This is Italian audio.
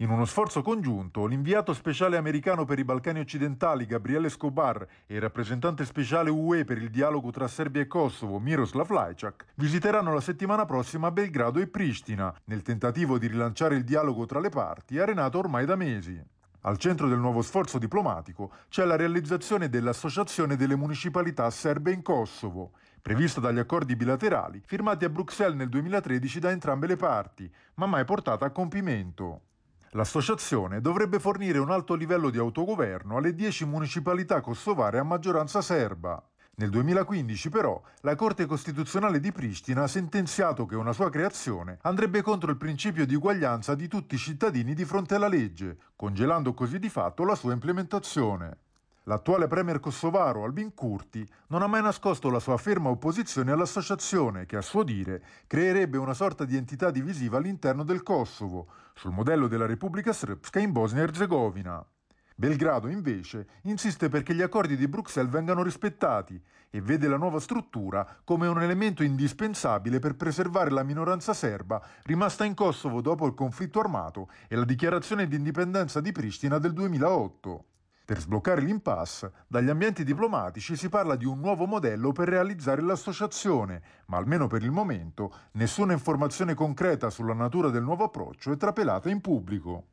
In uno sforzo congiunto, l'inviato speciale americano per i Balcani occidentali Gabriele Escobar e il rappresentante speciale UE per il dialogo tra Serbia e Kosovo Miroslav Lajčák visiteranno la settimana prossima Belgrado e Pristina, nel tentativo di rilanciare il dialogo tra le parti, arenato ormai da mesi. Al centro del nuovo sforzo diplomatico c'è la realizzazione dell'Associazione delle Municipalità Serbe in Kosovo, prevista dagli accordi bilaterali firmati a Bruxelles nel 2013 da entrambe le parti, ma mai portata a compimento. L'associazione dovrebbe fornire un alto livello di autogoverno alle 10 municipalità kosovare a maggioranza serba. Nel 2015 però la Corte Costituzionale di Pristina ha sentenziato che una sua creazione andrebbe contro il principio di uguaglianza di tutti i cittadini di fronte alla legge, congelando così di fatto la sua implementazione. L'attuale premier kosovaro Albin Kurti non ha mai nascosto la sua ferma opposizione all'associazione che, a suo dire, creerebbe una sorta di entità divisiva all'interno del Kosovo, sul modello della Repubblica Srpska in Bosnia-Erzegovina. Belgrado, invece, insiste perché gli accordi di Bruxelles vengano rispettati e vede la nuova struttura come un elemento indispensabile per preservare la minoranza serba rimasta in Kosovo dopo il conflitto armato e la dichiarazione di indipendenza di Pristina del 2008. Per sbloccare l'impasse, dagli ambienti diplomatici si parla di un nuovo modello per realizzare l'associazione, ma almeno per il momento nessuna informazione concreta sulla natura del nuovo approccio è trapelata in pubblico.